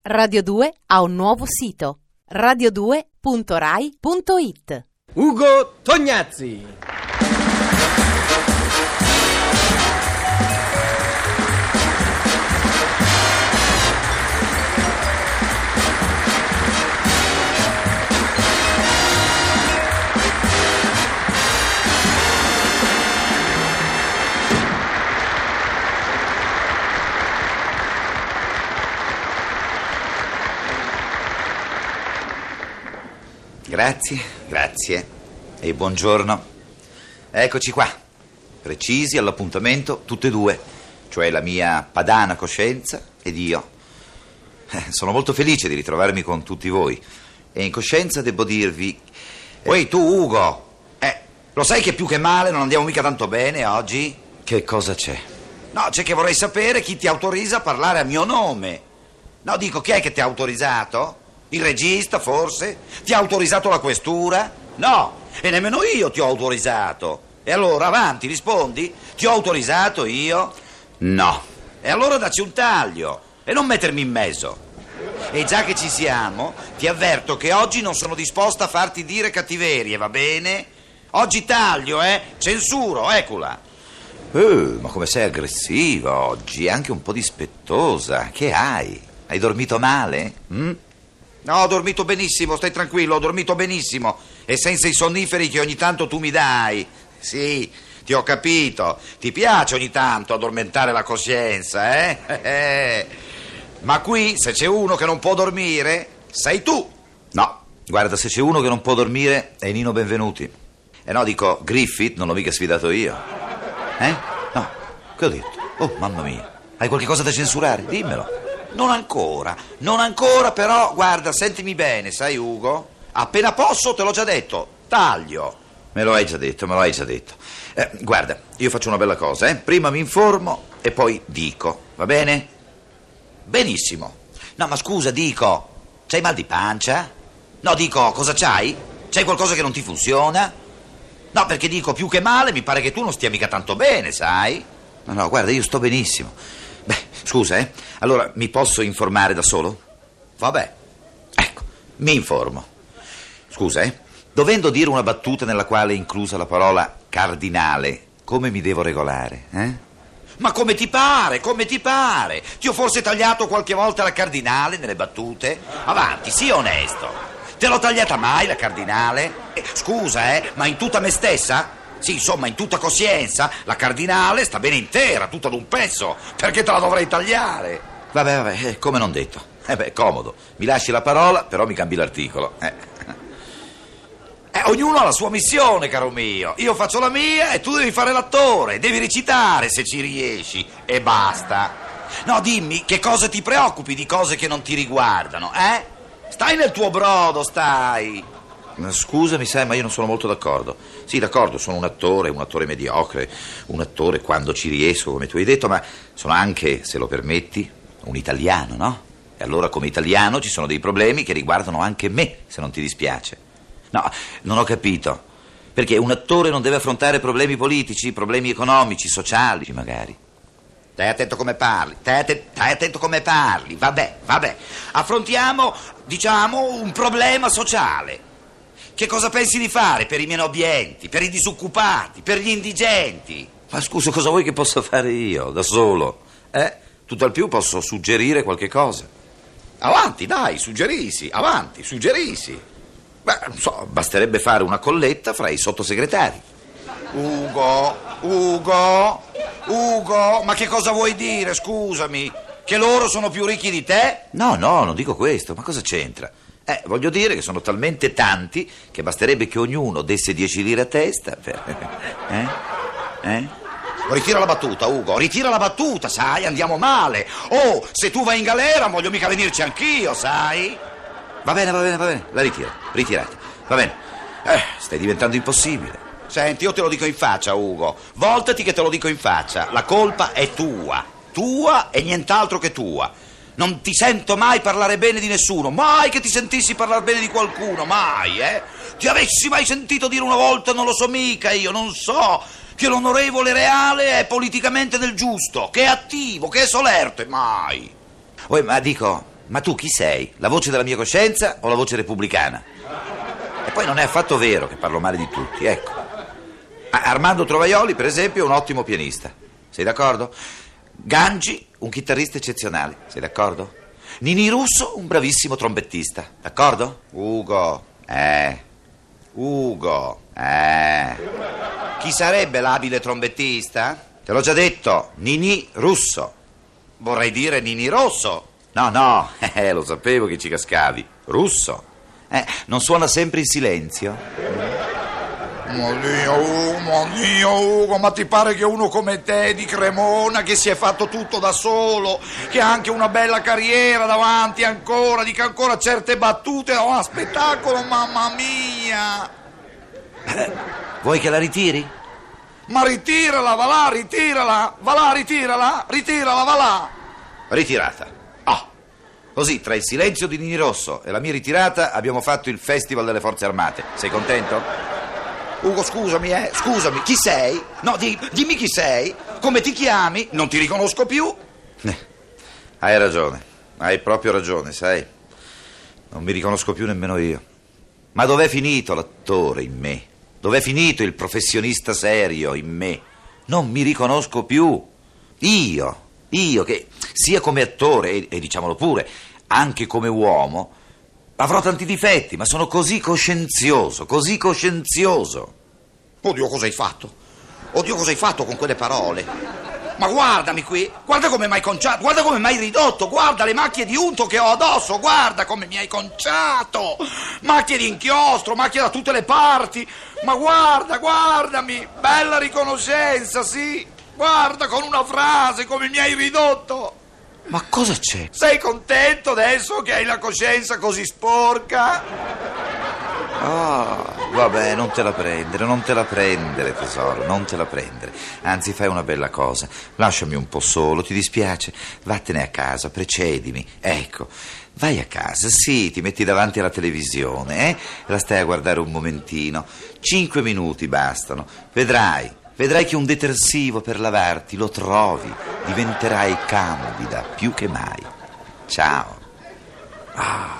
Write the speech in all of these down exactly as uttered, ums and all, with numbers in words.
Radio due ha un nuovo sito: radio due punto rai punto it. Ugo Tognazzi. Grazie, grazie e buongiorno. Eccoci qua, precisi all'appuntamento, tutte e due, cioè la mia padana coscienza ed io. Eh, sono molto felice di ritrovarmi con tutti voi e in coscienza devo dirvi... Ehi tu Ugo, eh, lo sai che più che male non andiamo mica tanto bene oggi? Che cosa c'è? No, c'è che vorrei sapere chi ti autorizza a parlare a mio nome. No, dico, chi è che ti ha autorizzato? Il regista, forse? Ti ha autorizzato la questura? No, e nemmeno io ti ho autorizzato. E allora, avanti, rispondi. Ti ho autorizzato io? No. E allora dacci un taglio e non mettermi in mezzo. E già che ci siamo, ti avverto che oggi non sono disposta a farti dire cattiverie, va bene? Oggi taglio, eh? Censuro, eccola. Eh, ma come sei aggressiva oggi, anche un po' dispettosa. Che hai? Hai dormito male? Mm? No, ho dormito benissimo, stai tranquillo, ho dormito benissimo. E senza i sonniferi che ogni tanto tu mi dai. Sì, ti ho capito. Ti piace ogni tanto addormentare la coscienza, eh? eh. Ma qui, se c'è uno che non può dormire, sei tu. No, guarda, se c'è uno che non può dormire è Nino Benvenuti. Eh no, dico, Griffith non l'ho mica sfidato io. Eh? No, che ho detto? Oh, mamma mia, hai qualche cosa da censurare? Dimmelo. Non ancora, non ancora, però, guarda, sentimi bene, sai Ugo? Appena posso te l'ho già detto, taglio. Me lo hai già detto, me lo hai già detto. Eh, guarda, io faccio una bella cosa, eh? Prima mi informo e poi dico, va bene? Benissimo. No, ma scusa, dico, c'hai mal di pancia? No, dico, cosa c'hai? C'hai qualcosa che non ti funziona? No, perché dico, più che male, mi pare che tu non stia mica tanto bene, sai? No, no, guarda, io sto benissimo. Beh, scusa, eh? Allora, mi posso informare da solo? Vabbè, ecco, mi informo. Scusa, eh? Dovendo dire una battuta nella quale è inclusa la parola cardinale, come mi devo regolare, eh? Ma come ti pare, come ti pare? Ti ho forse tagliato qualche volta la cardinale nelle battute? Avanti, sii onesto. Te l'ho tagliata mai la cardinale? Eh, scusa, eh? Ma in tutta me stessa? Sì, insomma, in tutta coscienza, la cardinale sta bene intera, tutta ad un pezzo. Perché te la dovrei tagliare? Vabbè, vabbè, eh, come non detto. Eh beh, comodo. Mi lasci la parola, però mi cambi l'articolo. Eh. Eh, ognuno ha la sua missione, caro mio. Io faccio la mia e tu devi fare l'attore. Devi recitare, se ci riesci. E basta. No, dimmi, che cosa ti preoccupi di cose che non ti riguardano, eh? Stai nel tuo brodo, stai. Scusami, sai, ma io non sono molto d'accordo. Sì, d'accordo, sono un attore, un attore mediocre, un attore quando ci riesco, come tu hai detto, ma sono anche, se lo permetti, un italiano, no? E allora come italiano ci sono dei problemi che riguardano anche me, se non ti dispiace. No, non ho capito. Perché un attore non deve affrontare problemi politici, problemi economici, sociali, magari. Stai attento come parli, stai attento, stai attento come parli, vabbè, vabbè. Affrontiamo, diciamo, un problema sociale. Che cosa pensi di fare per i meno abbienti, per i disoccupati, per gli indigenti? Ma scusa, cosa vuoi che possa fare io, da solo? Eh? Tutto al più posso suggerire qualche cosa. Avanti, dai, suggerissi, avanti, suggerissi. Beh, non so, basterebbe fare una colletta fra i sottosegretari. Ugo, Ugo, Ugo, ma che cosa vuoi dire, scusami? Che loro sono più ricchi di te? No, no, non dico questo, ma cosa c'entra? Eh, voglio dire che sono talmente tanti che basterebbe che ognuno desse dieci lire a testa per... Eh? Eh? Ritira la battuta, Ugo, ritira la battuta, sai, andiamo male. Oh, se tu vai in galera voglio mica venirci anch'io, sai? Va bene, va bene, va bene, la ritiro, ritirate, va bene. Eh, stai diventando impossibile. Senti, io te lo dico in faccia, Ugo, voltati che te lo dico in faccia, la colpa è tua, tua e nient'altro che tua. Non ti sento mai parlare bene di nessuno, mai che ti sentissi parlare bene di qualcuno, mai, eh? Ti avessi mai sentito dire una volta, non lo so mica, io non so, che l'onorevole Reale è politicamente del giusto, che è attivo, che è solerte, mai. Oh, ma dico, Ma tu chi sei? La voce della mia coscienza o la voce repubblicana? E poi non è affatto vero che parlo male di tutti, ecco. Armando Trovaioli, per esempio, è un ottimo pianista. Sei d'accordo? Gangi, un chitarrista eccezionale. Sei d'accordo? Nini Russo, un bravissimo trombettista. D'accordo? Ugo. Eh. Ugo. Eh. Chi sarebbe l'abile trombettista? Te l'ho già detto. Nini Russo. Vorrei dire Nini Rosso. No, no, eh, lo sapevo che ci cascavi. Russo. Eh, non suona sempre in silenzio? Ma Dio, Ugo, ma Dio, Ugo, ma ti pare che uno come te di Cremona, che si è fatto tutto da solo, che ha anche una bella carriera davanti ancora, dica ancora certe battute a un spettacolo, mamma mia! Eh, vuoi che la ritiri? Ma ritirala, va là, ritirala, va là, ritirala, ritirala, va là! Ritirata. Ah, così tra il silenzio di Nini Rosso e la mia ritirata abbiamo fatto il Festival delle Forze Armate. Sei contento? Ugo, scusami, eh, scusami, chi sei? No, di, dimmi chi sei, come ti chiami? Non ti riconosco più. Eh, hai ragione, hai proprio ragione, sai. Non mi riconosco più nemmeno io. Ma dov'è finito l'attore in me? Dov'è finito il professionista serio in me? Non mi riconosco più. Io, io che sia come attore, e, e diciamolo pure, anche come uomo, avrò tanti difetti, ma sono così coscienzioso, così coscienzioso. Oddio, cosa hai fatto? Oddio, cosa hai fatto con quelle parole? Ma guardami qui, guarda come mi hai conciato, guarda come mi hai ridotto, guarda le macchie di unto che ho addosso, guarda come mi hai conciato, macchie di inchiostro, macchie da tutte le parti, ma guarda, guardami, bella riconoscenza, sì, guarda con una frase come mi hai ridotto. Ma cosa c'è? Sei contento adesso che hai la coscienza così sporca? Ah, vabbè, non te la prendere, non te la prendere, tesoro, non te la prendere. Anzi, fai una bella cosa. Lasciami un po' solo, ti dispiace? Vattene a casa, precedimi. Ecco, vai a casa, sì, ti metti davanti alla televisione, eh? La stai a guardare un momentino. Cinque minuti bastano. Vedrai, vedrai che un detersivo per lavarti lo trovi. Diventerai candida più che mai. Ciao. Ah.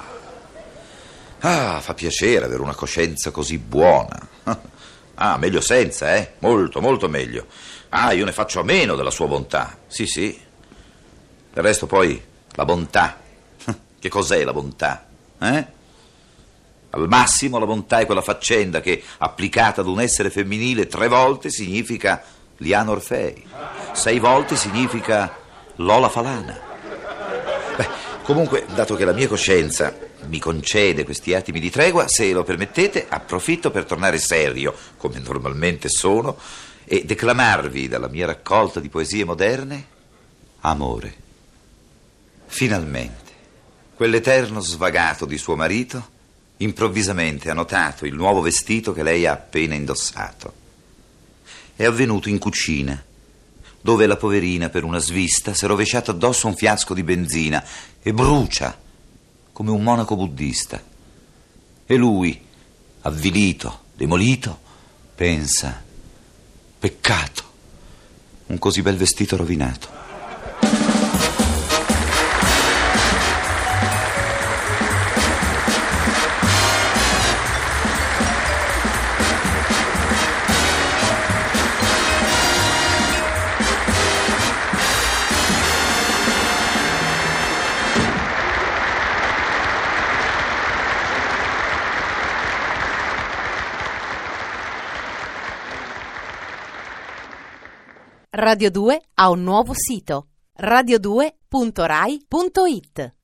Ah, fa piacere avere una coscienza così buona. Ah, meglio senza, eh? Molto, molto meglio. Ah, io ne faccio a meno della sua bontà. Sì, sì. Del resto poi, la bontà. Che cos'è la bontà? Eh? Al massimo la bontà è quella faccenda che, applicata ad un essere femminile tre volte, significa Liana Orfei. Sei volte significa Lola Falana. Beh, comunque, dato che la mia coscienza mi concede questi attimi di tregua, se lo permettete, approfitto per tornare serio, come normalmente sono, e declamarvi dalla mia raccolta di poesie moderne Amore. Finalmente, quell'eterno svagato di suo marito improvvisamente ha notato il nuovo vestito che lei ha appena indossato. È avvenuto in cucina, dove la poverina, per una svista, si è rovesciato addosso un fiasco di benzina e brucia come un monaco buddista. E lui, avvilito, demolito, pensa: peccato, un così bel vestito rovinato. Radio due ha un nuovo sito, radio due punto rai punto it.